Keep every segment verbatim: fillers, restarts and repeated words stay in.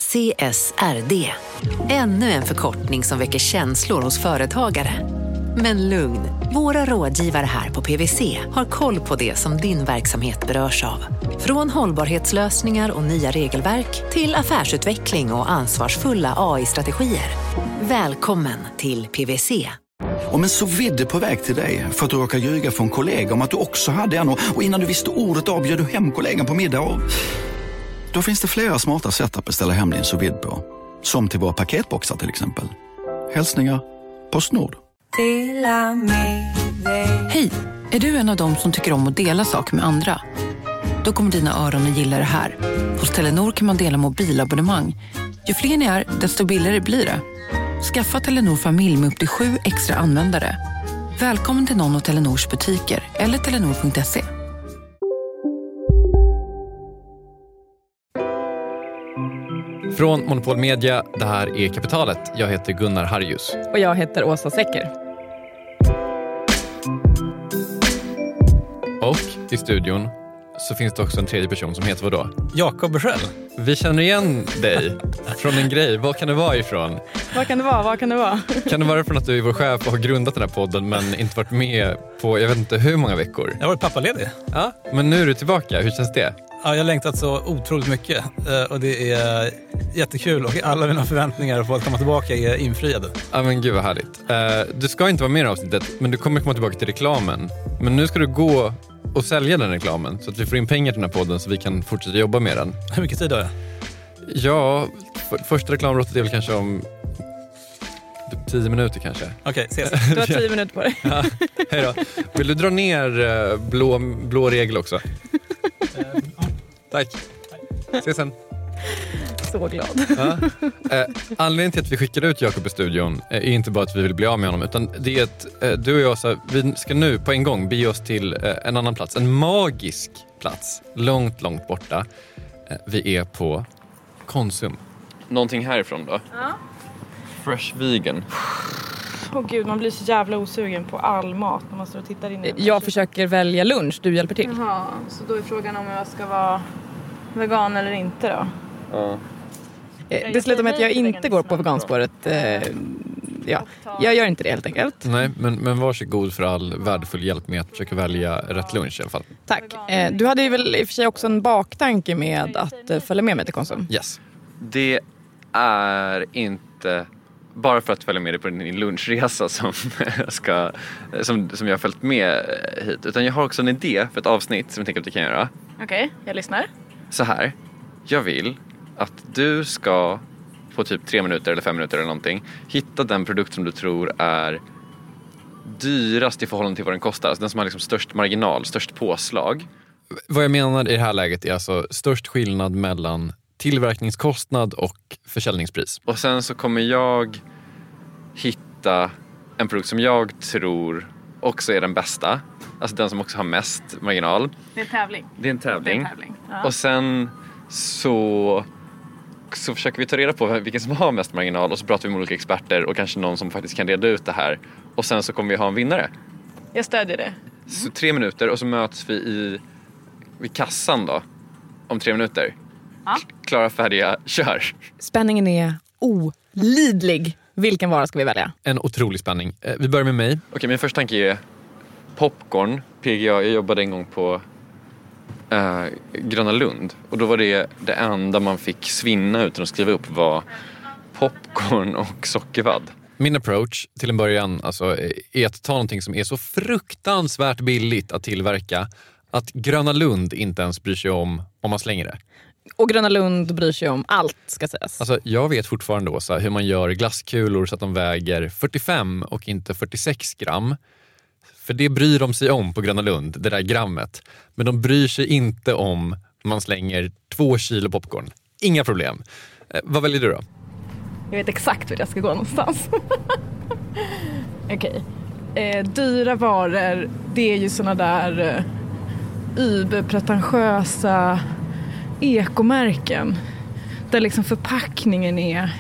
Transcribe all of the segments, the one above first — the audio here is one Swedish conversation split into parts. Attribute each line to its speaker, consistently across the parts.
Speaker 1: C S R D. Ännu en förkortning som väcker känslor hos företagare. Men lugn, våra rådgivare här på P W C har koll på det som din verksamhet berörs av. Från hållbarhetslösningar och nya regelverk till affärsutveckling och ansvarsfulla A I-strategier. Välkommen till P W C.
Speaker 2: Om en så vidde på väg till dig för att du råkar ljuga för en kollega om att du också hade en och innan du visste ordet av bjöd du hem kollegan på middag och... Då finns det flera smarta sätt att beställa hem din sous vide på. Som till våra paketboxar till exempel. Hälsningar Postnord.
Speaker 3: Hej, är du en av dem som tycker om att dela saker med andra? Då kommer dina öron att gilla det här. Hos Telenor kan man dela mobilabonnemang. Ju fler ni är, desto billigare blir det. Skaffa Telenor familj med upp till sju extra användare. Välkommen till någon av Telenors butiker eller telenor punkt se.
Speaker 4: Från Monopol Media, det här är Kapitalet. Jag heter Gunnar Harjus.
Speaker 5: Och jag heter Åsa Secker.
Speaker 4: Och i studion så finns det också en tredje person som heter vadå?
Speaker 6: Jakob Bursell.
Speaker 4: Vi känner igen dig från en grej. Vad kan det vara ifrån?
Speaker 5: Vad kan det vara? Vad kan det vara?
Speaker 4: Kan det vara från att du är vår chef och har grundat den här podden men inte varit med på jag vet inte hur många veckor?
Speaker 6: Jag har varit pappaledig.
Speaker 4: Ja, men nu är du tillbaka. Hur känns det?
Speaker 6: Ja, jag har längtat så otroligt mycket och det är jättekul och alla mina förväntningar på att komma tillbaka är infriade.
Speaker 4: Ja, men gud vad härligt. Du ska inte vara med i avsnittet, men du kommer komma tillbaka till reklamen. Men nu ska du gå och sälja den reklamen så att vi får in pengar till den här podden så vi kan fortsätta jobba med den.
Speaker 6: Hur mycket tid har jag?
Speaker 4: Ja, för, första reklambrottet är väl kanske om tio minuter kanske.
Speaker 6: Okej, okay, ses.
Speaker 5: Du har tio minuter på dig.
Speaker 4: Ja, hej då. Vill du dra ner blå, blå regel också? Tack. Ses sen.
Speaker 5: Så glad.
Speaker 4: Ja. Eh, anledningen till att vi skickade ut Jakob i studion är inte bara att vi vill bli av med honom, utan det är att eh, du och jag så, vi ska nu på en gång bege oss till eh, en annan plats. En magisk plats. Långt, långt borta. Eh, vi är på Konsum. Någonting härifrån då?
Speaker 5: Ja.
Speaker 4: Fresh vegan.
Speaker 5: Åh oh, gud, man blir så jävla osugen på all mat när man står och tittar in i den.
Speaker 3: Jag försöker välja lunch, du hjälper till.
Speaker 5: Jaha, så då är frågan om jag ska vara vegan eller inte då?
Speaker 4: Ja.
Speaker 3: Det slutar med att jag inte går på veganspåret. Ja, jag gör inte det helt enkelt.
Speaker 4: Nej, men, men varsågod för all värdefull hjälp med att försöka välja rätt lunch i alla fall.
Speaker 3: Tack. Du hade ju väl i och för sig också en baktanke med att följa med mig till Konsum?
Speaker 4: Yes. Det är inte bara för att följa med dig på din lunchresa som, ska, som, som jag har följt med hit. Utan jag har också en idé för ett avsnitt som jag tänker att vi kan göra.
Speaker 5: Okej, okay, jag lyssnar.
Speaker 4: Så här, jag vill att du ska på typ tre minuter eller fem minuter eller någonting hitta den produkt som du tror är dyrast i förhållande till vad den kostar. Alltså den som har liksom störst marginal, störst påslag. Vad jag menar i det här läget är alltså störst skillnad mellan tillverkningskostnad och försäljningspris. Och sen så kommer jag hitta en produkt som jag tror också är den bästa. Alltså den som också har mest marginal.
Speaker 5: Det är en tävling.
Speaker 4: Det är en tävling.
Speaker 5: Det är en tävling. Ja.
Speaker 4: Och sen så, så försöker vi ta reda på vilken som har mest marginal. Och så pratar vi med olika experter och kanske någon som faktiskt kan reda ut det här. Och sen så kommer vi ha en vinnare.
Speaker 5: Jag stödjer det. Mm.
Speaker 4: Så tre minuter och så möts vi i vid kassan då. Om tre minuter.
Speaker 5: Ja.
Speaker 4: Klara, färdiga, kör.
Speaker 3: Spänningen är olidlig. Vilken vara ska vi välja?
Speaker 4: En otrolig spänning. Vi börjar med mig. Okej, min första tanke är popcorn. P G A, jag jobbade en gång på äh, Gröna Lund. Och då var det det enda man fick svinna utan att skriva upp var popcorn och sockervadd. Min approach till en början alltså, är att ta någonting som är så fruktansvärt billigt att tillverka att Gröna Lund inte ens bryr sig om om man slänger det.
Speaker 3: Och Gröna Lund bryr sig om allt, ska sägas.
Speaker 4: Alltså, jag vet fortfarande Åsa, hur man gör glasskulor så att de väger fyrtiofem och inte fyrtiosex gram. För det bryr de sig om på Gröna Lund, det där grammet. Men de bryr sig inte om man slänger två kilo popcorn. Inga problem. Eh, vad väljer du då?
Speaker 5: Jag vet exakt hur jag ska gå någonstans. Okej. Okay. Eh, dyra varor, det är ju såna där eh, überpretentiösa ekomärken. Där liksom förpackningen är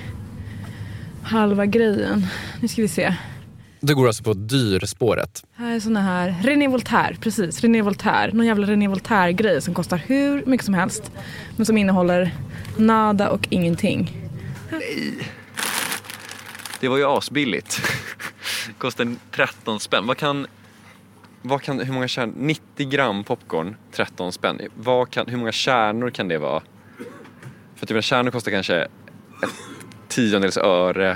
Speaker 5: halva grejen. Nu ska vi se.
Speaker 4: Det går alltså på dyrspåret.
Speaker 5: Här är såna här René Voltaire, precis, René Voltaire. Någon jävla René Voltaire-grej som kostar hur mycket som helst. Men som innehåller Nada och ingenting.
Speaker 4: Nej. Det var ju asbilligt. Kostar tretton spänn. Vad kan, vad kan, hur många kärnor? nittio gram popcorn, tretton spänn. Vad kan, hur många kärnor kan det vara? För typ en kärnor kostar kanske ett tiondels öre.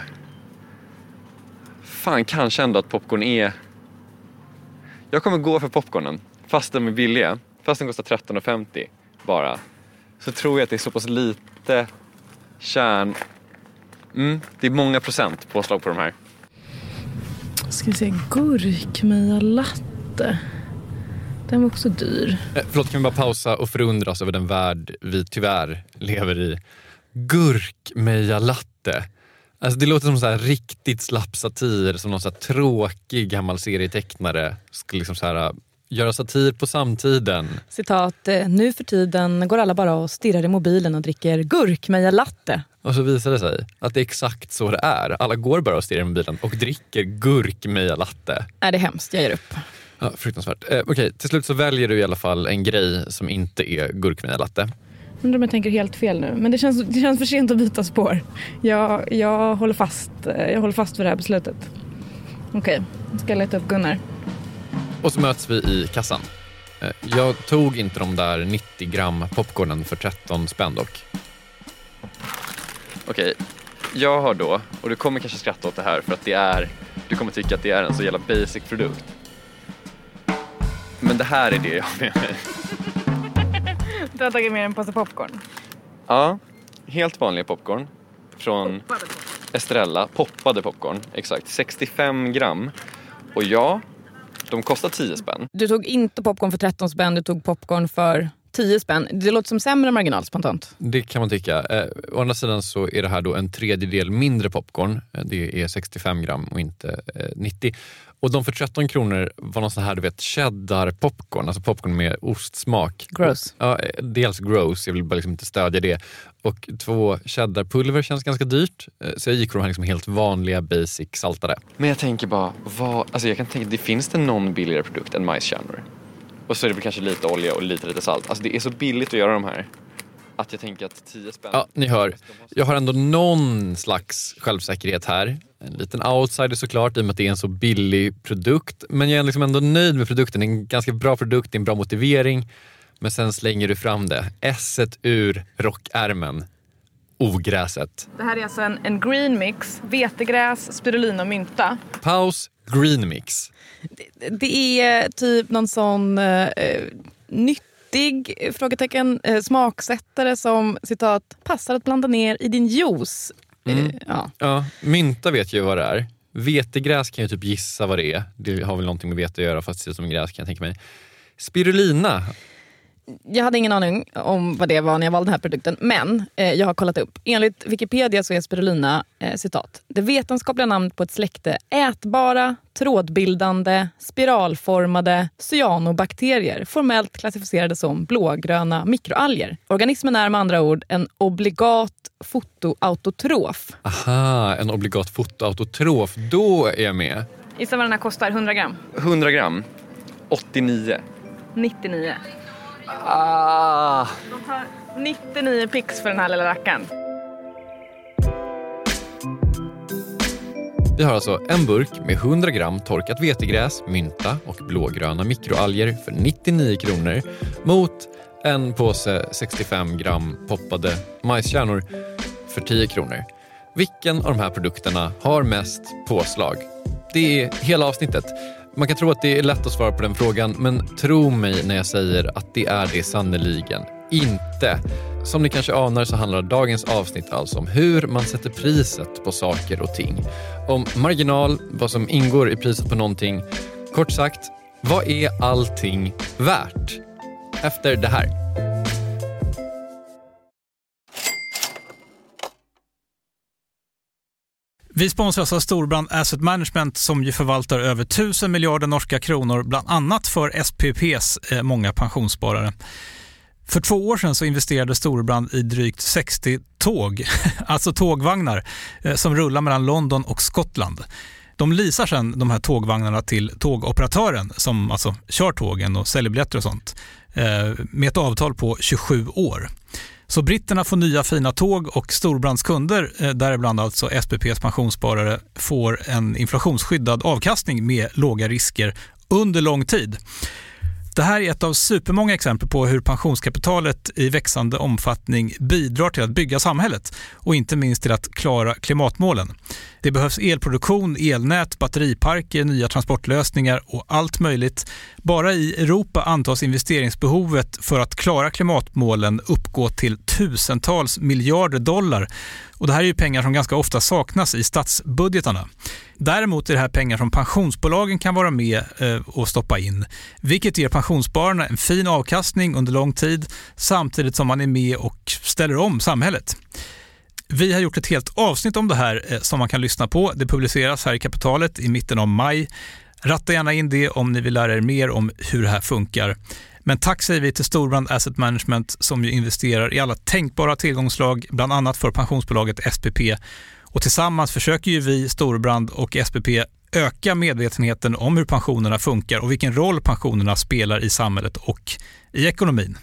Speaker 4: Fan, kanske ändå att popcorn är... Jag kommer gå för popcornen. Fast den är billiga. Fast den kostar tretton femtio bara. Så tror jag att det är så pass lite kärn... Mm, det är många procent påslag på de här.
Speaker 5: Ska vi se, gurkmeja latte. Den var också dyr.
Speaker 7: Eh, förlåt, kan vi bara pausa och förundras över den värld vi tyvärr lever i. Gurkmeja latte. Alltså det låter som så här riktigt slapp satir, som någon så här tråkig gammal serietecknare skulle liksom så här göra satir på samtiden.
Speaker 8: Citat, nu för tiden går alla bara och stirrar i mobilen och dricker gurkmeja latte.
Speaker 7: Och så visar det sig att det är exakt så det är. Alla går bara och stirrar i mobilen och dricker gurkmeja latte.
Speaker 8: Är det hemskt, jag ger upp.
Speaker 7: Ja, fruktansvärt. Eh, Okej, till slut så väljer du i alla fall en grej som inte är gurkmeja latte.
Speaker 5: Undrar om jag tänker helt fel nu. Men det känns, det känns för sent att byta spår. Jag, jag, håller fast, jag håller fast vid det här beslutet. Okej, jag ska leta upp Gunnar.
Speaker 7: Och så möts vi i kassan. Eh, Jag tog inte de där nittio gram popcornen för tretton spänn dock.
Speaker 4: Okej, jag har då, och du kommer kanske skratta åt det här för att det är, du kommer tycka att det är en så jävla basic produkt. Men det här är det jag har med mig.
Speaker 5: Du har tagit med en påse popcorn.
Speaker 4: Ja, helt vanliga popcorn från Estrella, poppade popcorn, exakt, sextiofem gram. Och ja, de kostar tio spänn.
Speaker 8: Du tog inte popcorn för tretton spänn, du tog popcorn för tio spänn. Det låter som sämre marginal spontant.
Speaker 7: Det kan man tycka. Eh, å andra sidan så är det här då en tredjedel mindre popcorn. Det är sextiofem gram och inte eh, nittio. Och de för tretton kronor var någon sån här, du vet, cheddar popcorn. Alltså popcorn med ostsmak.
Speaker 8: Gross.
Speaker 7: Ja, dels gross. Jag vill bara liksom inte stödja det. Och två cheddarpulver känns ganska dyrt. Eh, så jag gick för de här liksom helt vanliga basic saltade.
Speaker 4: Men jag tänker bara, vad, alltså jag kan tänka, det finns det någon billigare produkt än majskärnor? Och så är det väl kanske lite olja och lite lite salt. Alltså det är så billigt att göra de här. Att jag tänker att tio spänn...
Speaker 7: Ja, ni hör. Jag har ändå någon slags självsäkerhet här. En liten outsider såklart, i och med att det är en så billig produkt. Men jag är liksom ändå nöjd med produkten. Det är en ganska bra produkt, det är en bra motivering. Men sen slänger du fram det. Esset ur rockärmen. Ogräset.
Speaker 5: Det här är alltså en, en green mix, vetegräs, spirulina och mynta.
Speaker 7: Paus, green mix.
Speaker 8: Det, det är typ någon sån eh, nyttig frågetecken eh, smaksättare som, citat, passar att blanda ner i din juice.
Speaker 7: Mm.
Speaker 8: Eh, ja.
Speaker 7: Ja, mynta vet ju vad det är. Vetegräs kan jag typ gissa vad det är. Det har väl någonting med vete att göra, fast det ser ut som gräs kan jag tänka mig. Spirulina.
Speaker 8: Jag hade ingen aning om vad det var när jag valde den här produkten, men eh, jag har kollat upp. Enligt Wikipedia så är spirulina, eh, citat, det vetenskapliga namnet på ett släkte ätbara, trådbildande, spiralformade cyanobakterier, formellt klassificerade som blågröna mikroalger. Organismen är med andra ord en obligat fotoautotrof.
Speaker 7: Aha, en obligat fotoautotrof. Då är jag med.
Speaker 5: Gissa vad den här kostar, hundra gram.
Speaker 4: hundra gram, åttionio.
Speaker 5: nittionio.
Speaker 4: Ah.
Speaker 5: De tar nittionio pix för den här lilla rackaren.
Speaker 7: Vi har alltså en burk med hundra gram torkat vetegräs, mynta och blågröna mikroalger för nittionio kronor mot en påse sextiofem gram poppade majskärnor för tio kronor. Vilken av de här produkterna har mest påslag? Det är hela avsnittet. Man kan tro att det är lätt att svara på den frågan, men tro mig när jag säger att det är det sannoliken inte. Som ni kanske anar så handlar dagens avsnitt alltså om hur man sätter priset på saker och ting. Om marginal, vad som ingår i priset på någonting. Kort sagt, vad är allting värt? Efter det här.
Speaker 6: Vi sponsras av Storbrand Asset Management som ju förvaltar över tusen miljarder norska kronor, bland annat för S P P:s eh, många pensionssparare. För två år sedan så investerade Storbrand i drygt sextio tåg, alltså tågvagnar, eh, som rullar mellan London och Skottland. De leasar sedan de här tågvagnarna till tågoperatören som alltså kör tågen och säljer biljetter och sånt, eh, med ett avtal på tjugosju år. Så britterna får nya fina tåg och Storbrands kunder, däribland alltså S P P:s pensionssparare, får en inflationsskyddad avkastning med låga risker under lång tid. Det här är ett av supermånga exempel på hur pensionskapitalet i växande omfattning bidrar till att bygga samhället och inte minst till att klara klimatmålen. Det behövs elproduktion, elnät, batteriparker, nya transportlösningar och allt möjligt. Bara i Europa antas investeringsbehovet för att klara klimatmålen uppgå till tusentals miljarder dollar. Och det här är ju pengar som ganska ofta saknas i statsbudgetarna. Däremot är det här pengar som pensionsbolagen kan vara med och stoppa in, vilket ger pensionsspararna en fin avkastning under lång tid samtidigt som man är med och ställer om samhället. Vi har gjort ett helt avsnitt om det här som man kan lyssna på. Det publiceras här i Kapitalet i mitten av maj. Ratta gärna in det om ni vill lära er mer om hur det här funkar. Men tack säger vi till Storbrand Asset Management som ju investerar i alla tänkbara tillgångslag, bland annat för pensionsbolaget S P P. Och tillsammans försöker ju vi, Storbrand och S P P, öka medvetenheten om hur pensionerna funkar och vilken roll pensionerna spelar i samhället och i ekonomin.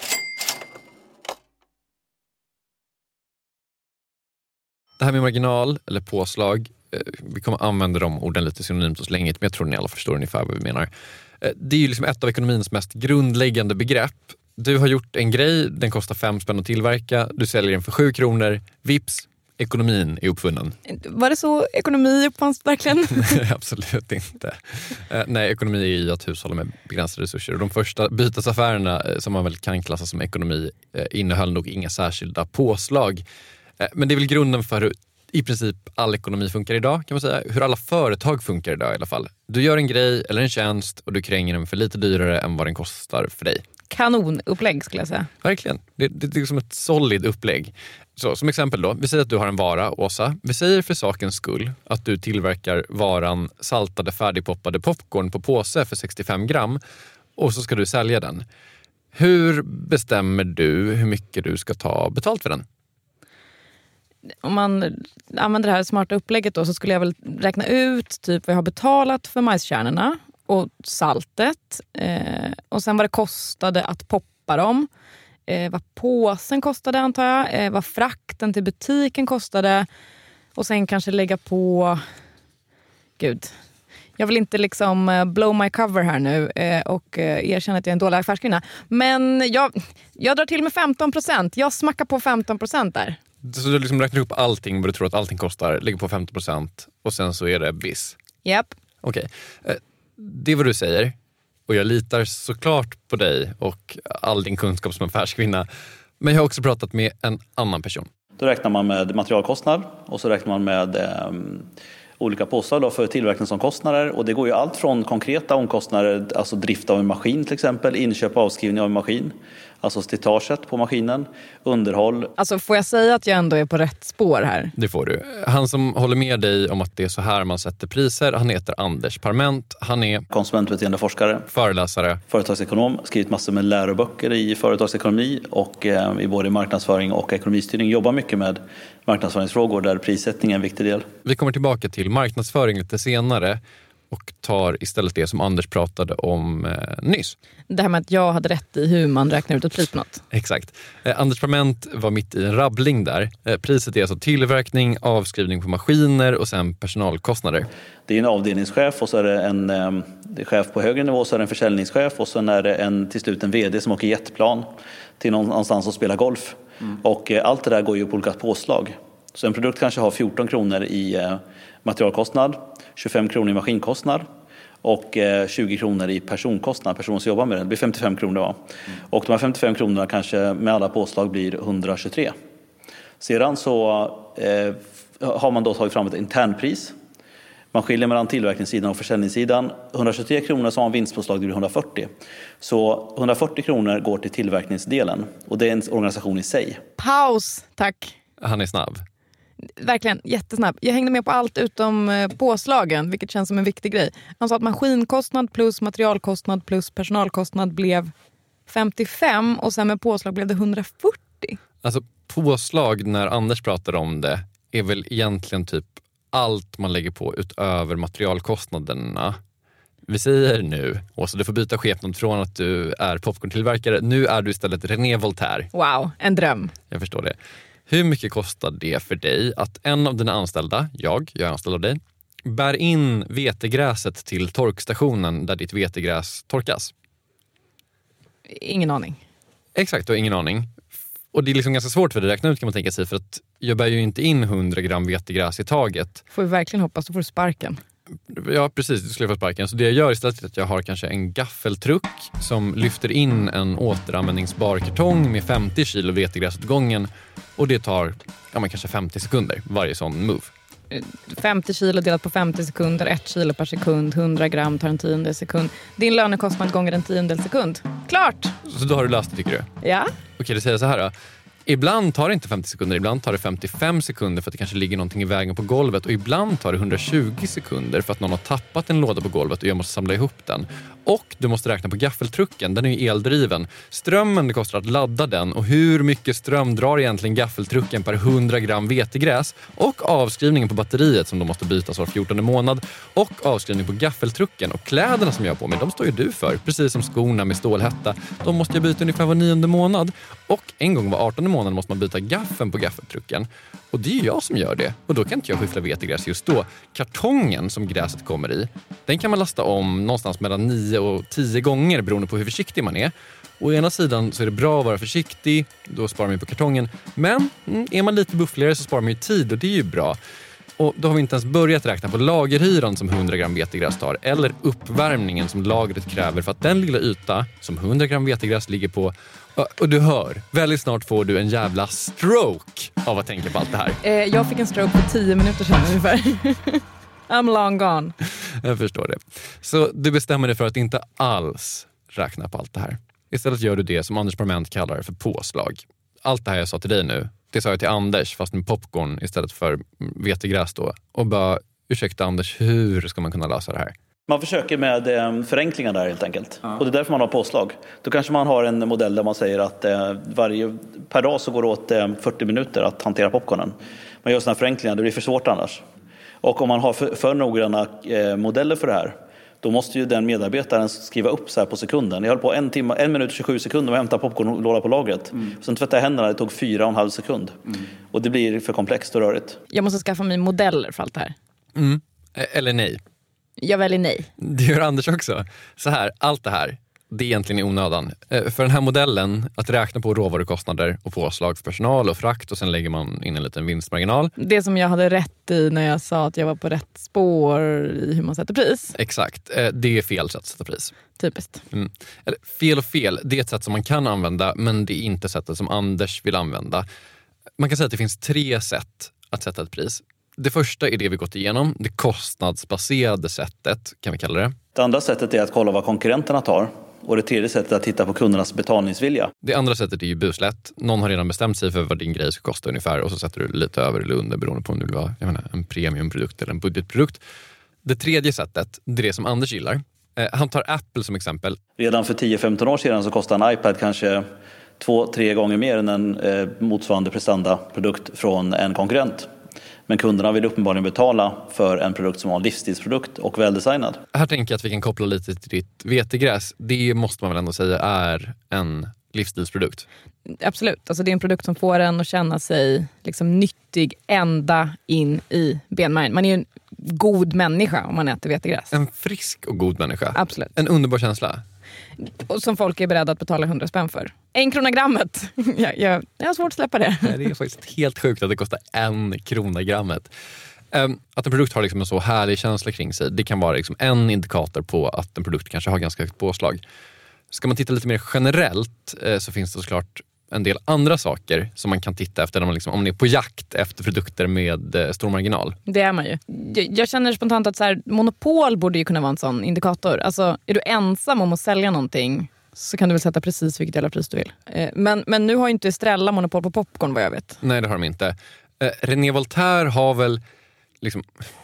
Speaker 7: Det här med marginal eller påslag, vi kommer använda de orden lite synonymt och så länge, men jag tror ni alla förstår ungefär vad vi menar. Det är ju liksom ett av ekonomins mest grundläggande begrepp. Du har gjort en grej, den kostar fem spänn att tillverka, du säljer den för sju kronor, vips, ekonomin är uppfunnen.
Speaker 8: Var det så ekonomi uppfanns verkligen?
Speaker 7: Absolut inte. Nej, ekonomi är ju att hushålla med begränsade resurser. Och de första bytesaffärerna som man väl kan klassa som ekonomi innehöll nog inga särskilda påslag. Men det är väl grunden för hur i princip all ekonomi funkar idag, kan man säga. Hur alla företag funkar idag i alla fall. Du gör en grej eller en tjänst och du kränger den för lite dyrare än vad den kostar för dig.
Speaker 8: Kanonupplägg skulle jag säga.
Speaker 7: Verkligen. Det, det, det är som ett solid upplägg. Så, som exempel då, vi säger att du har en vara, Åsa. Vi säger för sakens skull att du tillverkar varan saltade färdigpoppade popcorn på påse för sextiofem gram och så ska du sälja den. Hur bestämmer du hur mycket du ska ta betalt för den?
Speaker 8: Om man använder det här smarta upplägget då, så skulle jag väl räkna ut typ vad jag har betalat för majskärnorna och saltet eh, och sen vad det kostade att poppa dem, eh, vad påsen kostade antar jag, eh, vad frakten till butiken kostade och sen kanske lägga på, gud, jag vill inte liksom blow my cover här nu eh, och eh, erkänna att jag är en dålig affärskvinna, men jag, jag drar till med femton procent, jag smackar på femton procent där.
Speaker 7: Så du liksom räknar upp allting vad du tror att allting kostar, lägger på femtio procent och sen så är det biss.
Speaker 8: Japp. Yep.
Speaker 7: Okej. Okay. Det är vad du säger. Och jag litar såklart på dig och all din kunskap som affärskvinna. Men jag har också pratat med en annan person.
Speaker 9: Då räknar man med materialkostnad och så räknar man med eh, olika påslag då för tillverkningsomkostnader. Och det går ju allt från konkreta omkostnader, alltså drift av en maskin till exempel, inköp och avskrivning av en maskin. Alltså slitaget på maskinen, underhåll.
Speaker 8: Alltså får jag säga att jag ändå är på rätt spår här?
Speaker 7: Det får du. Han som håller med dig om att det är så här man sätter priser, han heter Anders Parment. Han är
Speaker 9: konsumentbeteendeforskare,
Speaker 7: föreläsare,
Speaker 9: företagsekonom, skrivit massor med läroböcker i företagsekonomi och eh, i både marknadsföring och ekonomistyrning. Jobbar mycket med marknadsföringsfrågor där prissättning är en viktig del.
Speaker 7: Vi kommer tillbaka till marknadsföring lite senare och tar istället det som Anders pratade om eh, nyss.
Speaker 8: Det här med att jag hade rätt i hur man räknar ut ett pris på något.
Speaker 7: Exakt. Eh, Anders Parment var mitt i en rabbling där. Eh, priset är alltså tillverkning, avskrivning på maskiner och sen personalkostnader.
Speaker 9: Det är en avdelningschef och så är det en eh, det är chef på högre nivå, så är det en försäljningschef och sen är det en, till slut en vd som åker jetplan till någonstans och spelar golf. Mm. Och eh, allt det där går ju på olika påslag. Så en produkt kanske har fjorton kronor i eh, materialkostnad, tjugofem kronor i maskinkostnad och eh, tjugo kronor i personkostnad, personen som jobbar med det. Det blir femtiofem kronor. Va? Mm. Och de här femtiofem kronorna kanske med alla påslag blir etthundratjugotre. Sedan så eh, har man då tagit fram ett internpris. Man skiljer mellan tillverkningssidan och försäljningssidan. etthundratjugotre kronor som har vinstpåslag, det blir etthundrafyrtio. Så etthundrafyrtio kronor går till tillverkningsdelen och det är en organisation i sig.
Speaker 8: Paus, tack.
Speaker 7: Han är snabb.
Speaker 8: Verkligen, jättesnabb. Jag hängde med på allt utom påslagen, vilket känns som en viktig grej. Han sa att maskinkostnad plus materialkostnad plus personalkostnad blev femtiofem och sen med påslag blev det etthundrafyrtio.
Speaker 7: Alltså påslag, när Anders pratar om det, är väl egentligen typ allt man lägger på utöver materialkostnaderna. vi säger nu, Åsa, du får byta skepnad från att du är popcorntillverkare. Nu är du istället René Voltaire.
Speaker 8: Wow, en dröm.
Speaker 7: Jag förstår det. Hur mycket kostar det för dig att en av dina anställda, jag, jag är anställd av dig, bär in vetegräset till torkstationen där ditt vetegräs torkas?
Speaker 8: Ingen aning.
Speaker 7: Exakt, och ingen aning. Och det är liksom ganska svårt för dig att räkna ut, kan man tänka sig, för att jag bär ju inte in hundra gram vetegräs i taget.
Speaker 8: Får vi verkligen hoppas, då får du sparken.
Speaker 7: Ja, precis, du skulle få sparken. Så det jag gör istället är att jag har kanske en gaffeltruck som lyfter in en återanvändningsbar kartong med femtio kilo vetegräs åt gången. Och det tar ja, men kanske femtio sekunder varje sån move.
Speaker 8: femtio kilo delat på femtio sekunder, ett kilo per sekund, hundra gram tar en tiondel sekund. Din lönekostnad gånger en tiondel sekund. Klart!
Speaker 7: Så då har du löst det, tycker du?
Speaker 8: Ja.
Speaker 7: Okej, det säger så här då. Ibland tar det inte femtio sekunder, ibland tar det femtiofem sekunder för att det kanske ligger någonting i vägen på golvet, och ibland tar det hundratjugo sekunder för att någon har tappat en låda på golvet och jag måste samla ihop den. Och du måste räkna på gaffeltrucken, den är ju eldriven. Strömmen det kostar att ladda den, och hur mycket ström drar egentligen gaffeltrucken per hundra gram vetegräs, och avskrivningen på batteriet som då måste bytas var fjortonde månad, och avskrivning på gaffeltrucken, och kläderna som jag har på mig, de står ju du för, precis som skorna med stålhätta. De måste jag byta ungefär var nionde månad, och en gång var artonde månad måste man byta gaffeln på gaffeltrucken. Och det är jag som gör det. Och då kan inte jag skyffla vetegräs just då. Kartongen som gräset kommer i, den kan man lasta om någonstans mellan nio och tio gånger beroende på hur försiktig man är. Och å ena sidan så är det bra att vara försiktig, då sparar man på kartongen. Men mm, är man lite buffligare så sparar man ju tid, och det är ju bra. Och då har vi inte ens börjat räkna på lagerhyran som hundra gram vetegräs tar, eller uppvärmningen som lagret kräver för att den lilla yta som hundra gram vetegräs ligger på. Och du hör, väldigt snart får du en jävla stroke av att tänka på allt det här.
Speaker 8: Eh, jag fick en stroke för tio minuter sedan ungefär. I'm long gone.
Speaker 7: Jag förstår det. Så du bestämmer dig för att inte alls räkna på allt det här. Istället gör du det som Anders Parment kallar för påslag. Allt det här jag sa till dig nu, det sa jag till Anders fast med popcorn istället för vetegräs då. Och bara, ursäkta Anders, hur ska man kunna lösa det här?
Speaker 9: Man försöker med eh, förenklingar där helt enkelt. Ja. Och det är därför man har påslag. Då kanske man har en modell där man säger att eh, varje, per dag så går det åt eh, fyrtio minuter att hantera popcornen. Man gör sådana förenklingar, det blir för svårt annars. Och om man har för, för noggranna eh, modeller för det här, då måste ju den medarbetaren skriva upp så här på sekunden. Jag höll på en timme, en minut och tjugosju sekunder och hämta popcornlåda på lagret. Mm. Sen tvättade jag händerna, det tog fyra och en halv sekund. Mm. Och det blir för komplext och rörigt. Jag
Speaker 8: måste skaffa mig modeller för allt det här.
Speaker 7: Mm. Eller nej.
Speaker 8: Jag väljer nej.
Speaker 7: Det gör Anders också. Så här, allt det här, det är egentligen i onödan. För den här modellen, att räkna på råvarukostnader och påslag för personal och frakt, och sen lägger man in en liten vinstmarginal.
Speaker 8: Det som jag hade rätt i när jag sa att jag var på rätt spår i hur man sätter pris.
Speaker 7: Exakt, det är fel sätt att sätta pris.
Speaker 8: Typiskt.
Speaker 7: Mm. Eller, fel och fel, det är ett sätt som man kan använda, men det är inte sättet som Anders vill använda. Man kan säga att det finns tre sätt att sätta ett pris. Det första är det vi gått igenom, det kostnadsbaserade sättet kan vi kalla det.
Speaker 9: Det andra sättet är att kolla vad konkurrenterna tar, och det tredje sättet är att titta på kundernas betalningsvilja.
Speaker 7: Det andra sättet är ju buslätt. Någon har redan bestämt sig för vad din grej ska kosta ungefär, och så sätter du lite över eller under beroende på om du vill ha jag menar, en premiumprodukt eller en budgetprodukt. Det tredje sättet, det är det som Anders gillar. Eh, han tar Apple som exempel.
Speaker 9: Redan för tio femton år sedan så kostade en iPad kanske två, tre gånger mer än en eh, motsvarande prestandaprodukt från en konkurrent. Men kunderna vill uppenbarligen betala för en produkt som har en livsstilsprodukt och väldesignad.
Speaker 7: Här tänker jag att vi kan koppla lite till ditt vetegräs. Det måste man väl ändå säga är en livsstilsprodukt.
Speaker 8: Absolut, alltså det är en produkt som får en att känna sig liksom nyttig ända in i benmärgen. Man är ju en god människa om man äter vetegräs.
Speaker 7: En frisk och god människa.
Speaker 8: Absolut.
Speaker 7: En underbar känsla.
Speaker 8: Och som folk är beredda att betala hundra spänn för. En krona grammet. jag, jag, jag har svårt att släppa det.
Speaker 7: Det är faktiskt helt sjukt att det kostar en krona grammet. Um, att en produkt har liksom en så härlig känsla kring sig, det kan vara liksom en indikator på att en produkt kanske har ganska högt påslag. Ska man titta lite mer generellt eh, så finns det såklart en del andra saker som man kan titta efter när man liksom, om man är på jakt efter produkter med eh, stor marginal.
Speaker 8: Det är man ju. Jag, jag känner spontant att så här, monopol borde ju kunna vara en sån indikator. Alltså, är du ensam om att sälja någonting så kan du väl sätta precis vilket jävla pris du vill. Eh, men, men nu har ju inte Estrella monopol på popcorn vad jag vet.
Speaker 7: Nej, det har de inte. Eh, René Voltaire har väl liksom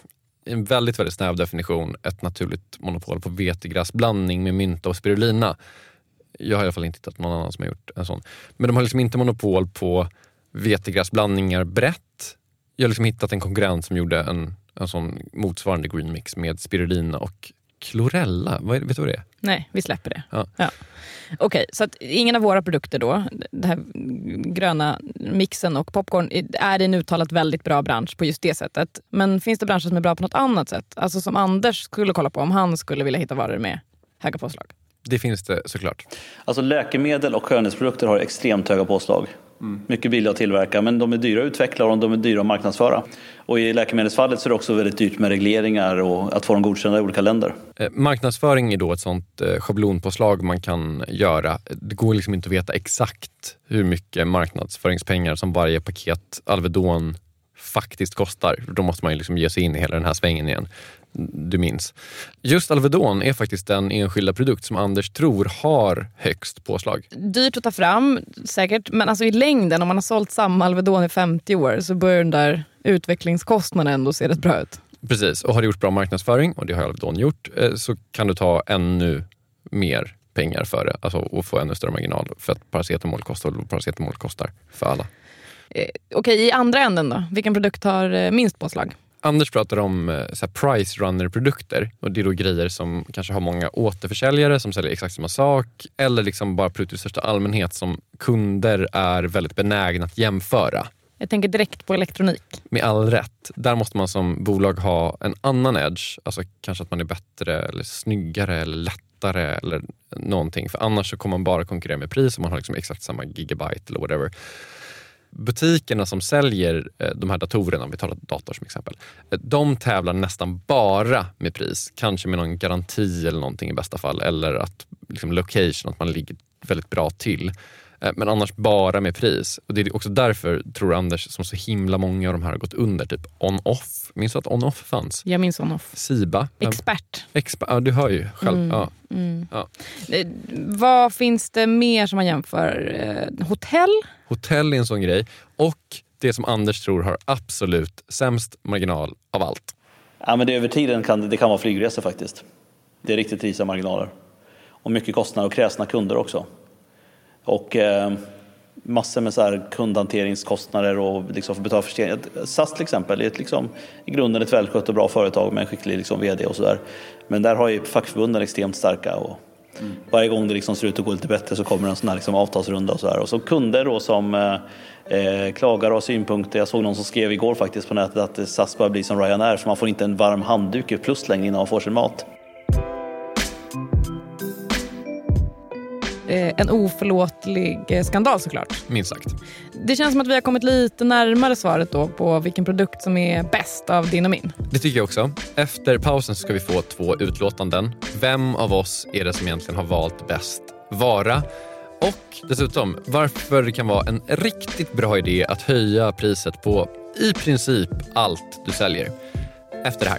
Speaker 7: en väldigt, väldigt snäv definition ett naturligt monopol på vetegräsblandning med mynta och spirulina. Jag har i alla fall inte hittat någon annan som har gjort en sån. Men de har liksom inte monopol på vetegräsblandningar brett. Jag har liksom hittat en konkurrent som gjorde en, en sån motsvarande green mix med spirulina och Chlorella, vad är, vet du vad det är?
Speaker 8: Nej, vi släpper det.
Speaker 7: Ja.
Speaker 8: Ja. Okej, okay, så att ingen av våra produkter då, det här gröna mixen och popcorn, är en uttalat väldigt bra bransch på just det sättet. Men finns det branscher som är bra på något annat sätt? Alltså som Anders skulle kolla på om han skulle vilja hitta varor med höga påslag.
Speaker 7: Det finns det såklart.
Speaker 9: Alltså läkemedel och skönhetsprodukter har extremt höga påslag. Mm. Mycket billiga att tillverka, men de är dyra att utveckla och de är dyra att marknadsföra. Och i läkemedelsfallet så är det också väldigt dyrt med regleringar och att få dem godkända i olika länder.
Speaker 7: Eh, marknadsföring är då ett sånt eh, schablonpåslag man kan göra. Det går liksom inte att veta exakt hur mycket marknadsföringspengar som varje paket Alvedon faktiskt kostar. Då måste man ju liksom ge sig in i hela den här svängen igen. Du minns. Just Alvedon är faktiskt den enskilda produkt som Anders tror har högst påslag.
Speaker 8: Dyrt att ta fram, säkert. Men alltså i längden, om man har sålt samma Alvedon i femtio år så börjar den där utvecklingskostnaden ändå se rätt bra ut.
Speaker 7: Precis, och har du gjort bra marknadsföring, och det har Alvedon gjort, så kan du ta ännu mer pengar för det. Alltså och få ännu större marginal för att paracetamol kostar och paracetamol kostar för alla.
Speaker 8: Eh, Okej, i andra änden då? Vilken produkt har eh, minst påslag?
Speaker 7: Anders pratar om så här, price runner-produkter, och det är då grejer som kanske har många återförsäljare som säljer exakt samma sak, eller liksom bara produkter i största allmänhet som kunder är väldigt benägna att jämföra.
Speaker 8: Jag tänker direkt på elektronik.
Speaker 7: Med all rätt. Där måste man som bolag ha en annan edge, alltså kanske att man är bättre eller snyggare eller lättare eller någonting, för annars så kommer man bara konkurrera med pris om man har liksom exakt samma gigabyte eller whatever. Butikerna som säljer de här datorerna, om vi tar dator som exempel, de tävlar nästan bara med pris. Kanske med någon garanti eller någonting i bästa fall. Eller att liksom location, att man ligger väldigt bra till. Men annars bara med pris. Och det är också därför, tror Anders, som så himla många av de här har gått under. Typ on-off. Minns du att on-off fanns?
Speaker 8: Jag minns on-off.
Speaker 7: Siba.
Speaker 8: Expert.
Speaker 7: Expert. Ja, du hör ju själv.
Speaker 8: Mm.
Speaker 7: Ja.
Speaker 8: Mm.
Speaker 7: Ja.
Speaker 8: Vad finns det mer som man jämför? Eh, hotell?
Speaker 7: Hotell är en sån grej. Och det som Anders tror har absolut sämst marginal av allt.
Speaker 9: Ja, men det över tiden kan det kan vara flygresor faktiskt. Det är riktigt risa marginaler. Och mycket kostnader och kräsna kunder också. Och eh, massor med så här kundhanteringskostnader och liksom för betala förseningar. S A S till exempel är ett, liksom, i grunden ett välskött och bra företag med en skicklig liksom, vd och sådär. Men där har ju fackförbunden extremt starka och mm. varje gång det liksom ser ut att gå lite bättre så kommer en sån här liksom, avtalsrunda och sådär. Och så kunder då som eh, klagar och har synpunkter. Jag såg någon som skrev igår faktiskt på nätet att S A S börjar bli som Ryanair, för man får inte en varm handduk i plus längre innan man får sin mat.
Speaker 8: En oförlåtlig skandal såklart.
Speaker 7: Minst sagt.
Speaker 8: Det känns som att vi har kommit lite närmare svaret då på vilken produkt som är bäst av din och min.
Speaker 7: Det tycker jag också. Efter pausen ska vi få två utlåtanden. Vem av oss är det som egentligen har valt bäst vara? Och dessutom, varför det kan vara en riktigt bra idé att höja priset på i princip allt du säljer. Efter det här.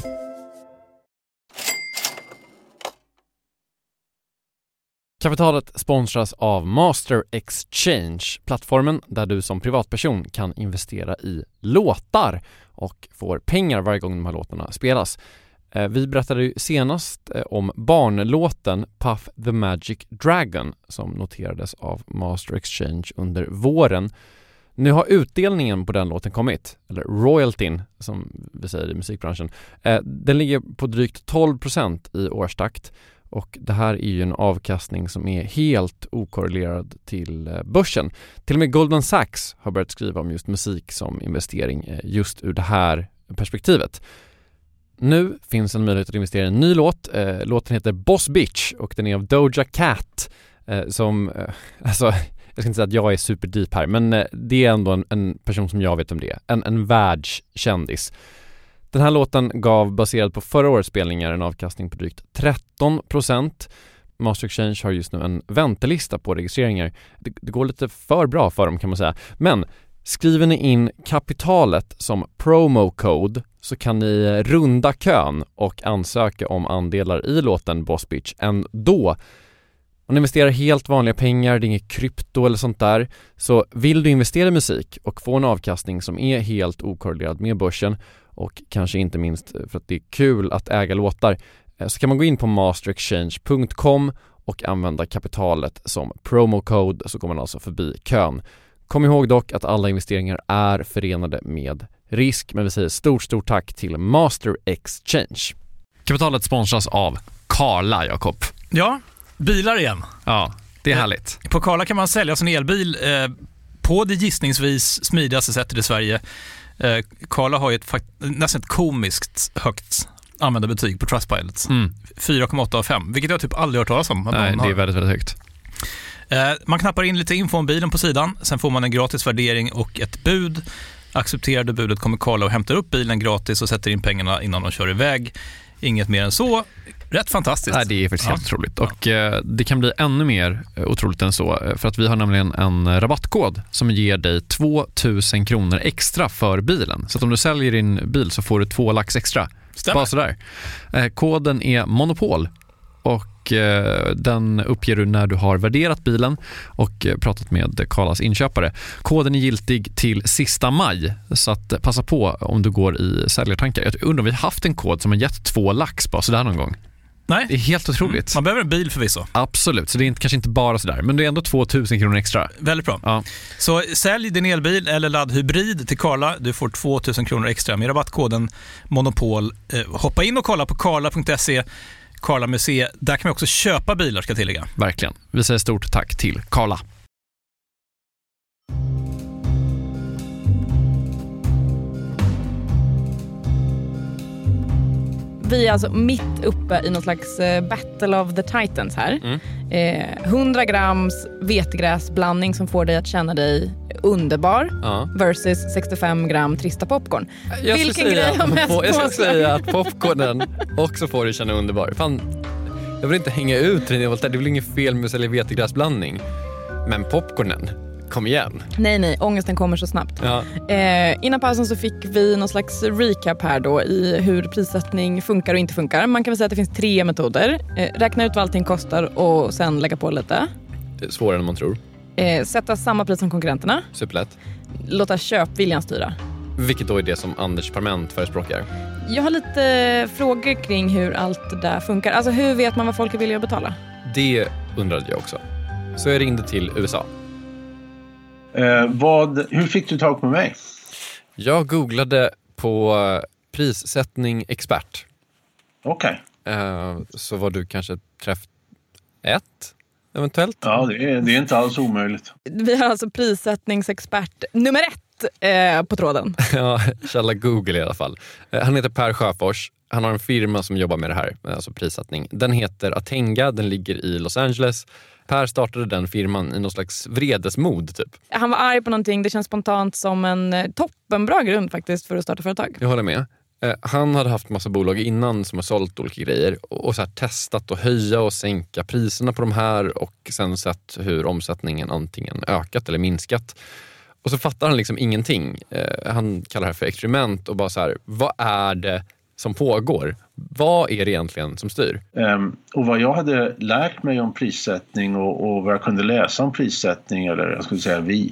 Speaker 7: Kapitalet sponsras av Master Exchange, plattformen där du som privatperson kan investera i låtar och får pengar varje gång de här låtarna spelas. Vi berättade ju senast om barnlåten Puff the Magic Dragon som noterades av Master Exchange under våren. Nu har utdelningen på den låten kommit, eller royaltyn som vi säger i musikbranschen. Den ligger på drygt tolv procent i årstakt. Och det här är ju en avkastning som är helt okorrelerad till börsen. Till och med Goldman Sachs har börjat skriva om just musik som investering just ur det här perspektivet. Nu finns en möjlighet att investera i en ny låt. Låten heter Boss Bitch och den är av Doja Cat. Som, alltså, jag ska inte säga att jag är super deep här, men det är ändå en, en person som jag vet om det är. En, en världskändis. Den här låten gav, baserad på förra årets spelningar, en avkastning på drygt tretton procent. Master Exchange har just nu en väntelista på registreringar. Det, det går lite för bra för dem kan man säga. Men skriver ni in kapitalet som promo code så kan ni runda kön och ansöka om andelar i låten Boss Bitch ändå. Om ni investerar helt vanliga pengar, det är inget krypto eller sånt där, så vill du investera i musik och få en avkastning som är helt okorrelerad med börsen och kanske inte minst för att det är kul att äga låtar, så kan man gå in på master exchange punkt com och använda kapitalet som promo code, så går man alltså förbi kön. Kom ihåg dock att alla investeringar är förenade med risk, men vi säger stort, stort tack till Master Exchange. Kapitalet sponsras av Carla, Jakob.
Speaker 6: Ja, bilar igen.
Speaker 7: Ja, det är härligt.
Speaker 6: På Carla kan man sälja sin elbil eh, på det gissningsvis smidigaste sättet i Sverige. Eh, Carla har ju ett nästan ett komiskt högt användarbetyg på Trustpilot. Mm. fyra komma åtta av fem, vilket jag typ aldrig hört talas om.
Speaker 7: Nej, det är väldigt, väldigt högt.
Speaker 6: Eh, man knappar in lite info om bilen på sidan. Sen får man en gratis värdering och ett bud. Accepterar du budet kommer Carla och hämtar upp bilen gratis och sätter in pengarna innan de kör iväg. Inget mer än så. Rätt fantastiskt.
Speaker 7: Nej, det är faktiskt
Speaker 6: ja.
Speaker 7: helt otroligt. Och eh, det kan bli ännu mer otroligt än så. För att vi har nämligen en rabattkod som ger dig två tusen kronor extra för bilen. Så att om du säljer din bil så får du två lax extra.
Speaker 6: Stämmer.
Speaker 7: Bara sådär. Eh, koden är Monopol. Och eh, den uppger du när du har värderat bilen och eh, pratat med Carlas inköpare. Koden är giltig till sista maj, så att passa på om du går i säljartankar. Jag undrar om vi har haft en kod som har gett två lax bara sådär någon gång.
Speaker 6: Nej.
Speaker 7: Det är helt otroligt.
Speaker 6: Man behöver en bil förvisso.
Speaker 7: Absolut, så det är inte, kanske inte bara sådär. Men det är ändå två tusen kronor extra.
Speaker 6: Väldigt bra.
Speaker 7: Ja.
Speaker 6: Så sälj din elbil eller laddhybrid till Carla. Du får två tusen kronor extra med rabattkoden Monopol. Eh, hoppa in och kolla på carla punkt se. Carla Museet. Där kan man också köpa bilar, ska jag tillägga.
Speaker 7: Verkligen. Vi säger stort tack till Carla.
Speaker 8: Vi är alltså mitt uppe i någon slags Battle of the Titans här. Mm. Eh, hundra grams vetegräsblandning som får dig att känna dig underbar ja. versus sextiofem gram trista popcorn.
Speaker 7: Jag
Speaker 8: Vilken
Speaker 7: grej
Speaker 8: har mest
Speaker 7: på, Jag ska
Speaker 8: på
Speaker 7: säga att popcornen också får dig känna underbar. Fan, jag vill inte hänga ut det. Det är väl inget fel med att sälja vetegräsblandning. Men popcornen, kom igen.
Speaker 8: Nej, nej, ångesten kommer så snabbt.
Speaker 7: Ja.
Speaker 8: Eh, innan pausen så fick vi någon slags recap här då i hur prissättning funkar och inte funkar. Man kan väl säga att det finns tre metoder. Eh, räkna ut vad allting kostar och sen lägga på lite.
Speaker 7: Svårare än man tror.
Speaker 8: Eh, sätta samma pris som konkurrenterna.
Speaker 7: Superlätt.
Speaker 8: Låta köpviljan styra.
Speaker 7: Vilket då är det som Anders Parment förespråkar.
Speaker 8: Jag har lite frågor kring hur allt det där funkar. Alltså hur vet man vad folk är villiga att betala?
Speaker 7: Det undrade jag också. Så jag ringde till U S A.
Speaker 10: Eh, vad, hur fick du tag på mig?
Speaker 7: Jag googlade på prissättning expert.
Speaker 10: Okej.
Speaker 7: Okay. Eh, så var du kanske träff ett eventuellt?
Speaker 10: Ja, det är, det är inte alls omöjligt.
Speaker 8: Vi har alltså prissättningsexpert nummer ett eh, på tråden.
Speaker 7: Ja, källa Google i alla fall. Eh, han heter Per Sjöfors. Han har en firma som jobbar med det här, alltså prissättning. Den heter Atenga, den ligger i Los Angeles. Per startade den firman i någon slags vredesmod typ.
Speaker 8: Han var arg på någonting, det känns spontant som en toppenbra grund faktiskt för att starta företag.
Speaker 7: Jag håller med. Eh, han hade haft massa bolag innan som har sålt olika grejer och, och så här testat att höja och sänka priserna på de här och sen sett hur omsättningen antingen ökat eller minskat. Och så fattar han liksom ingenting. Eh, han kallar det här för experiment och bara så här, vad är det som pågår? Vad är det egentligen som styr?
Speaker 10: Um, och vad jag hade lärt mig om prissättning och, och vad jag kunde läsa om prissättning, eller jag skulle säga vi,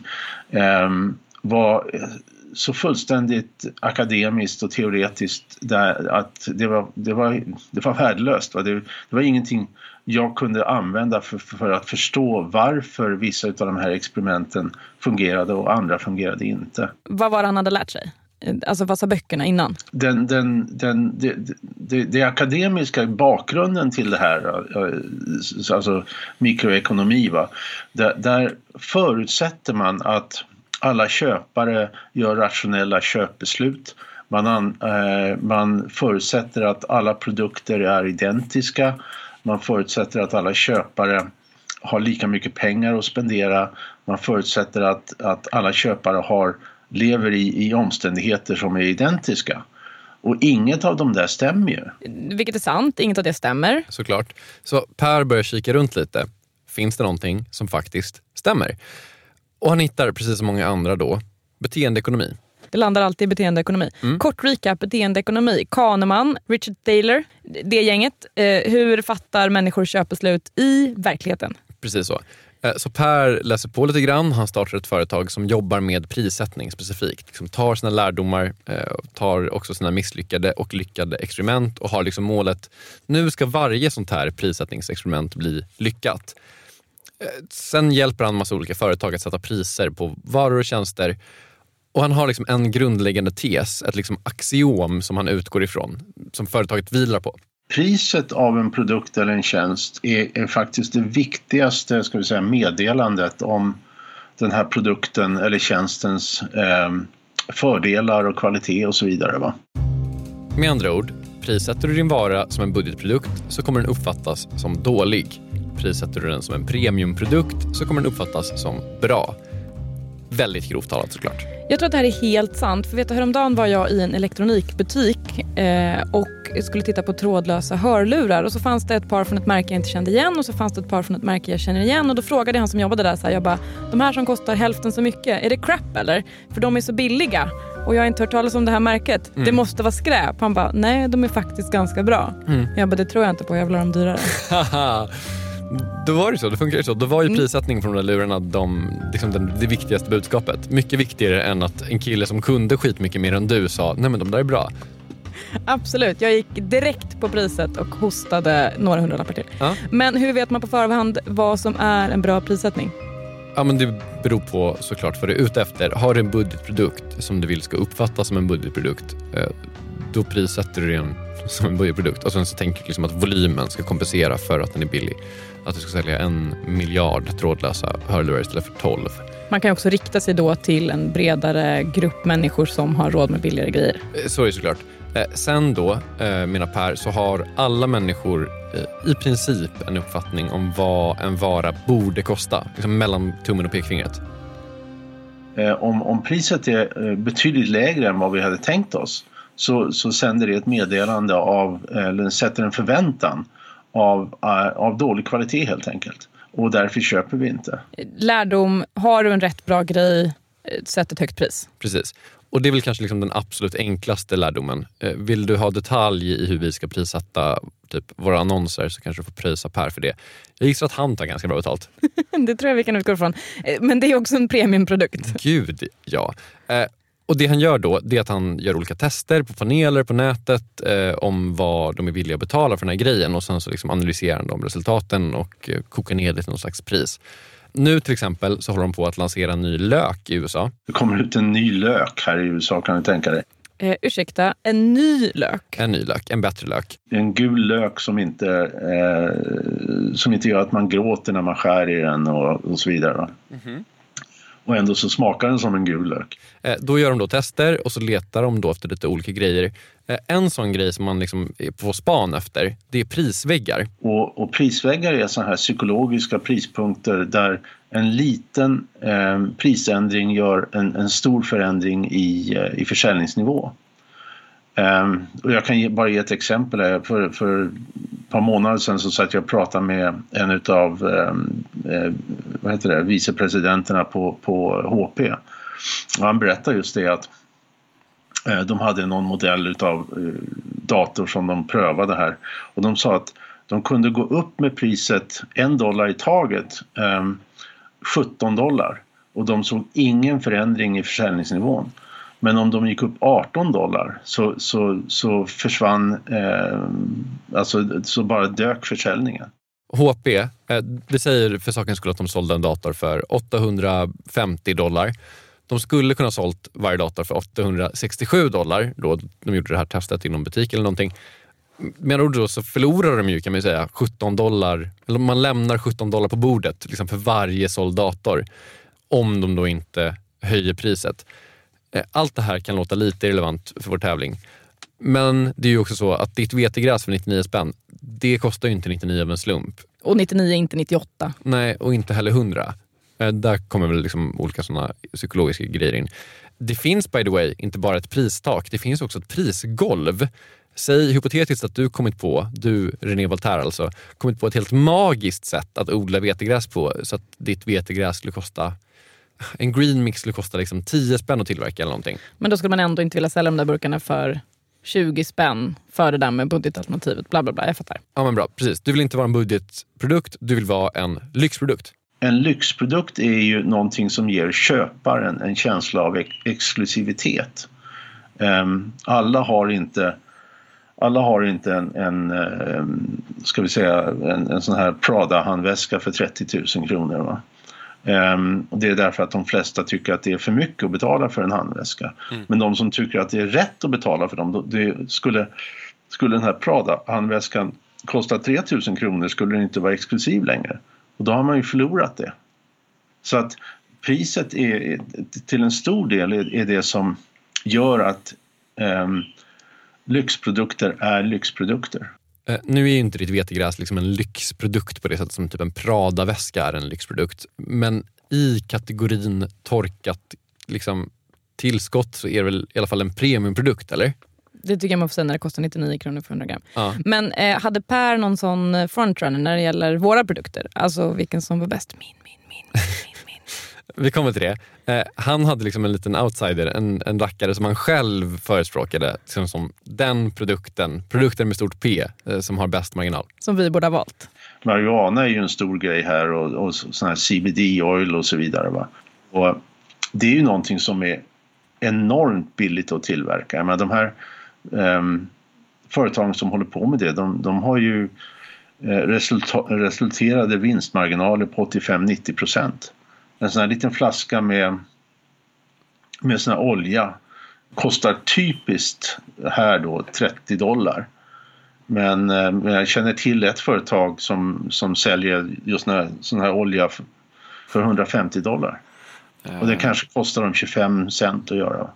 Speaker 10: um, var så fullständigt akademiskt och teoretiskt där att det var, det var, det var värdelöst. Va? Det, det var ingenting jag kunde använda för, för att förstå varför vissa av de här experimenten fungerade och andra fungerade inte.
Speaker 8: Vad var det han hade lärt sig? Alltså vad sa böckerna innan?
Speaker 10: Den, den, den, det, det, det akademiska bakgrunden till det här, alltså mikroekonomi, va? Där, där förutsätter man att alla köpare gör rationella köpbeslut. Man, an, eh, man förutsätter att alla produkter är identiska. Man förutsätter att alla köpare har lika mycket pengar att spendera. Man förutsätter att, att alla köpare har lever i, i omständigheter som är identiska. Och inget av dem där stämmer ju.
Speaker 8: Vilket är sant, inget av det stämmer.
Speaker 7: Såklart. Så Per börjar kika runt lite. Finns det någonting som faktiskt stämmer? Och han hittar, precis som många andra då, beteendeekonomi.
Speaker 8: Det landar alltid i beteendeekonomi. Mm. Kort recap, beteendeekonomi. Kahneman, Richard Thaler, det gänget. Eh, hur fattar människor köpbeslut i verkligheten?
Speaker 7: Precis så. Så Per läser på lite grann. Han startar ett företag som jobbar med prissättning specifikt. Liksom tar sina lärdomar, tar också sina misslyckade och lyckade experiment och har liksom målet, nu ska varje sånt här prissättningsexperiment bli lyckat. Sen hjälper han massa olika företag att sätta priser på varor och tjänster. Och han har liksom en grundläggande tes, ett liksom axiom som han utgår ifrån, som företaget vilar på.
Speaker 10: Priset av en produkt eller en tjänst är, är faktiskt det viktigaste, ska vi säga, meddelandet om den här produkten eller tjänstens eh, fördelar och kvalitet och så vidare. Va?
Speaker 7: Med andra ord, prissätter du din vara som en budgetprodukt så kommer den uppfattas som dålig. Prissätter du den som en premiumprodukt så kommer den uppfattas som bra. Väldigt grovt talat såklart.
Speaker 8: Jag tror att det här är helt sant. För vet du, häromdagen var jag i en elektronikbutik eh, och skulle titta på trådlösa hörlurar. Och så fanns det ett par från ett märke jag inte kände igen och så fanns det ett par från ett märke jag känner igen. Och då frågade han som jobbade där så här, jag bara, de här som kostar hälften så mycket, är det crap eller? För de är så billiga och jag har inte hört talas om det här märket. Mm. Det måste vara skräp. Han bara, nej de är faktiskt ganska bra. Mm. Jag bara, det tror jag inte på, jag vill ha dem dyrare.
Speaker 7: Då var det så, det funkar ju så. Då var ju prissättningen från de där lurarna de, liksom den, det viktigaste budskapet. Mycket viktigare än att en kille som kunde skitmycket mer än du sa, nej men de där är bra.
Speaker 8: Absolut, jag gick direkt på priset och hostade några hundralappar till. Ja. Men hur vet man på förhand vad som är en bra prissättning?
Speaker 7: Ja, men det beror på såklart vad du är ute efter. Har du en budgetprodukt som du vill ska uppfattas som en budgetprodukt, då prissätter du den som en budgetprodukt. Och sen så tänker du liksom att volymen ska kompensera för att den är billig. Att du ska sälja en miljard trådlösa hörlurar istället för tolv.
Speaker 8: Man kan också rikta sig då till en bredare grupp människor som har råd med billigare grejer.
Speaker 7: Så är det såklart. Sen då, menar Per, så har alla människor i princip en uppfattning om vad en vara borde kosta. Liksom mellan tummen och pekfingret.
Speaker 10: Om, om priset är betydligt lägre än vad vi hade tänkt oss så, så sänder det ett meddelande av, eller sätter en förväntan av, av dålig kvalitet helt enkelt. Och därför köper vi inte.
Speaker 8: Lärdom, har du en rätt bra grej, sätt ett högt pris.
Speaker 7: Precis. Och det är väl kanske liksom den absolut enklaste lärdomen. Vill du ha detalj i hur vi ska prissätta typ våra annonser så kanske du får prisa Per för det. Jag gissar att han tar ganska bra betalt.
Speaker 8: Det tror jag vi kan utgå ifrån. Men det är också en premiumprodukt.
Speaker 7: Gud, ja. Och det han gör då, det är att han gör olika tester på paneler på nätet eh, om vad de är villiga att betala för den här grejen. Och sen så liksom analyserar han de resultaten och eh, kokar ner det till någon slags pris. Nu till exempel så håller de på att lansera en ny lök i U S A.
Speaker 10: Det kommer ut en ny lök här i U S A, kan du tänka dig.
Speaker 8: Eh, ursäkta, en ny lök?
Speaker 7: En ny lök, en bättre lök.
Speaker 10: En gul lök som inte, eh, som inte gör att man gråter när man skär i den och, och så vidare. Va? Mm-hmm. Och ändå så smakar den som en gul lök.
Speaker 7: Eh, då gör de då tester och så letar de då efter lite olika grejer. Eh, en sån grej som man liksom är på span efter, det är prisväggar.
Speaker 10: Och, och prisväggar är såna här psykologiska prispunkter där en liten eh, prisändring gör en, en stor förändring i, eh, i försäljningsnivå. Um, och jag kan ge, bara ge ett exempel här. För, för ett par månader sedan så satt jag och pratade med en utav um, eh, vad heter det, vicepresidenterna på, på H P. Och han berättade just det att eh, de hade någon modell utav eh, dator som de prövade här. Och de sa att de kunde gå upp med priset en dollar i taget, eh, sjutton dollar. Och de såg ingen förändring i försäljningsnivån. Men om de gick upp arton dollar så, så, så försvann, eh, alltså så bara dök försäljningen.
Speaker 7: H P, eh, det säger för sakens skull att de sålde en dator för åttahundrafemtio dollar. De skulle kunna ha sålt varje dator för åttahundrasextiosju dollar då de gjorde det här testet i någon butik eller någonting. Men då så förlorar de ju, kan man ju säga, sjutton dollar, eller man lämnar sjutton dollar på bordet liksom för varje såld dator om de då inte höjer priset. Allt det här kan låta lite relevant för vår tävling. Men det är ju också så att ditt vetegräs för nittionio spänn, det kostar ju inte nittionio av en slump.
Speaker 8: Och nittionio är inte nittioåtta.
Speaker 7: Nej, och inte heller hundra. Där kommer väl liksom olika sådana psykologiska grejer in. Det finns, by the way, inte bara ett pristak. Det finns också ett prisgolv. Säg hypotetiskt att du kommit på, du René Voltaire alltså, kommit på ett helt magiskt sätt att odla vetegräs på så att ditt vetegräs skulle kosta... En green mix skulle kosta liksom tio spänn att tillverka eller någonting.
Speaker 8: Men då skulle man ändå inte vilja sälja de där burkarna för tjugo spänn för det där med budgetalternativet. Bla bla bla, jag fattar.
Speaker 7: Ja men bra, precis. Du vill inte vara en budgetprodukt, du vill vara en lyxprodukt.
Speaker 10: En lyxprodukt är ju någonting som ger köparen en känsla av ex- exklusivitet. Um, alla har inte... Alla har inte en, en ska vi säga, en, en sån här Prada-handväska för trettio tusen kronor, va? Um, och det är därför att de flesta tycker att det är för mycket att betala för en handväska. Mm. Men de som tycker att det är rätt att betala för dem, det skulle, skulle den här Prada-handväskan kosta tre tusen kronor skulle den inte vara exklusiv längre. Och då har man ju förlorat det. Så att priset är till en stor del är det som gör att eh, lyxprodukter är lyxprodukter.
Speaker 7: Eh, nu är ju inte ditt vetegräs liksom en lyxprodukt på det sättet som typ en Prada-väska är en lyxprodukt. Men i kategorin torkat liksom, tillskott så är det väl i alla fall en premiumprodukt, eller?
Speaker 8: Det tycker jag man får säga när det kostar nittionio kronor för hundra gram.
Speaker 7: Ja.
Speaker 8: Men eh, hade Per någon sån frontrunner när det gäller våra produkter? Alltså vilken som var bäst? Min, min, min, min, min.
Speaker 7: Vi kommer till det. Eh, han hade liksom en liten outsider, en, en rackare som han själv förespråkade liksom som den produkten, produkten med stort P eh, som har bäst marginal.
Speaker 8: Som vi borde ha valt.
Speaker 10: Marijuana är ju en stor grej här och, och sån här C B D-oil och så vidare. Va? Och det är ju någonting som är enormt billigt att tillverka. Men de här um, företagen som håller på med det, de, de har ju eh, resulta- resulterade vinstmarginaler på åttiofem till nittio procent. En sån här liten flaska med, med sån här olja kostar typiskt här då trettio dollar. Men eh, jag känner till ett företag som, som säljer just här, sån här olja för, för hundrafemtio dollar. Mm. Och det kanske kostar dem tjugofem cent att göra.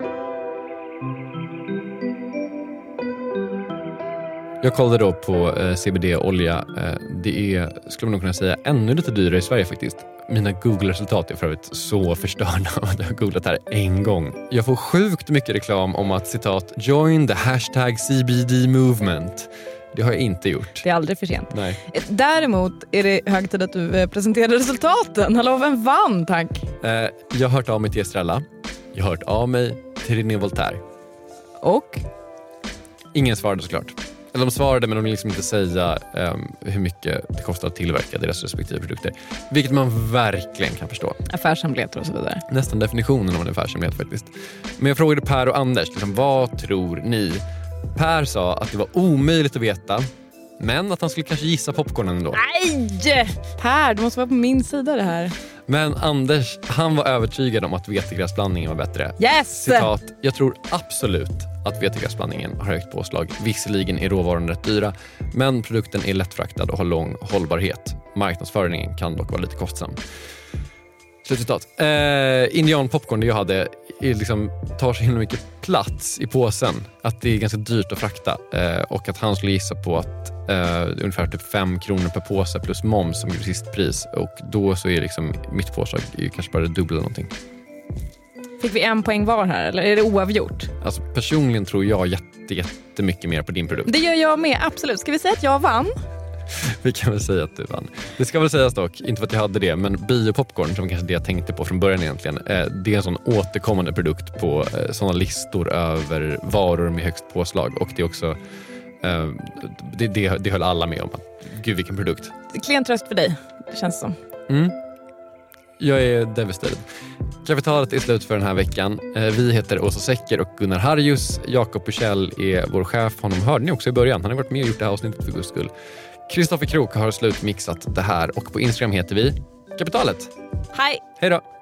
Speaker 7: Jag kollade då på eh, C B D-olja. Eh, det är, skulle man nog kunna säga, ännu lite dyrare i Sverige faktiskt. Mina Google-resultat är för övrigt så förstörda av att jag har googlat här en gång. Jag får sjukt mycket reklam om att, citat, join the hashtag C B D movement. Det har jag inte gjort.
Speaker 8: Det är aldrig för sent.
Speaker 7: Nej.
Speaker 8: Däremot är det hög tid att du presenterar resultaten. Hallå, vem vann, tack?
Speaker 7: Eh, jag har hört av mig till Estrella. Jag har hört av mig till René Voltaire.
Speaker 8: Och?
Speaker 7: Ingen svarade såklart. Eller de svarade, men de vill liksom inte säga um, hur mycket det kostar att tillverka deras respektive produkter. Vilket man verkligen kan förstå.
Speaker 8: Affärshemligheter och så vidare.
Speaker 7: Nästan definitionen av en affärshemlighet faktiskt. Men jag frågade Per och Anders, liksom, vad tror ni? Per sa att det var omöjligt att veta, men att han skulle kanske gissa popcornen ändå.
Speaker 8: Nej! Per, du måste vara på min sida det här.
Speaker 7: Men Anders, han var övertygad om att vetegräsblandningen var bättre.
Speaker 8: Yes!
Speaker 7: Citat, jag tror absolut att vetegräsblandningen har högt påslag. Visserligen är råvaran rätt dyra, men produkten är lättfraktad och har lång hållbarhet. Marknadsföringen kan dock vara lite kostsam. Slutcitat. Eh, Indian popcorn, det jag hade, är liksom, tar så himla mycket plats i påsen att det är ganska dyrt att frakta. Eh, och att han skulle gissa på att eh, ungefär typ fem kronor per påse plus moms som är sist pris. Och då så är liksom mitt påslag är kanske bara det dubbla någonting.
Speaker 8: Fick vi en poäng var här, eller är det oavgjort?
Speaker 7: Alltså personligen tror jag jätte, jättemycket mer på din produkt.
Speaker 8: Det gör jag med, absolut. Ska vi säga att jag vann?
Speaker 7: Vi kan väl säga att du vann. Det ska väl sägas dock, inte för att jag hade det, men biopopcorn, som kanske det jag tänkte på från början egentligen, eh, det är en sån återkommande produkt på eh, sådana listor över varor med högst påslag. Och det är också, eh, det, det, det höll alla med om. Att, gud vilken produkt.
Speaker 8: Klen tröst för dig, det känns som.
Speaker 7: Mm. Jag är devastated. Kapitalet är slut för den här veckan. Vi heter Åsa Secker och Gunnar Harjus. Jakob Bursell är vår chef. Honom hörde ni också i början. Han har varit med och gjort det här avsnittet för guds skull. Kristoffer Krook har slutmixat det här och på Instagram heter vi Kapitalet.
Speaker 8: Hej!
Speaker 7: Hej då!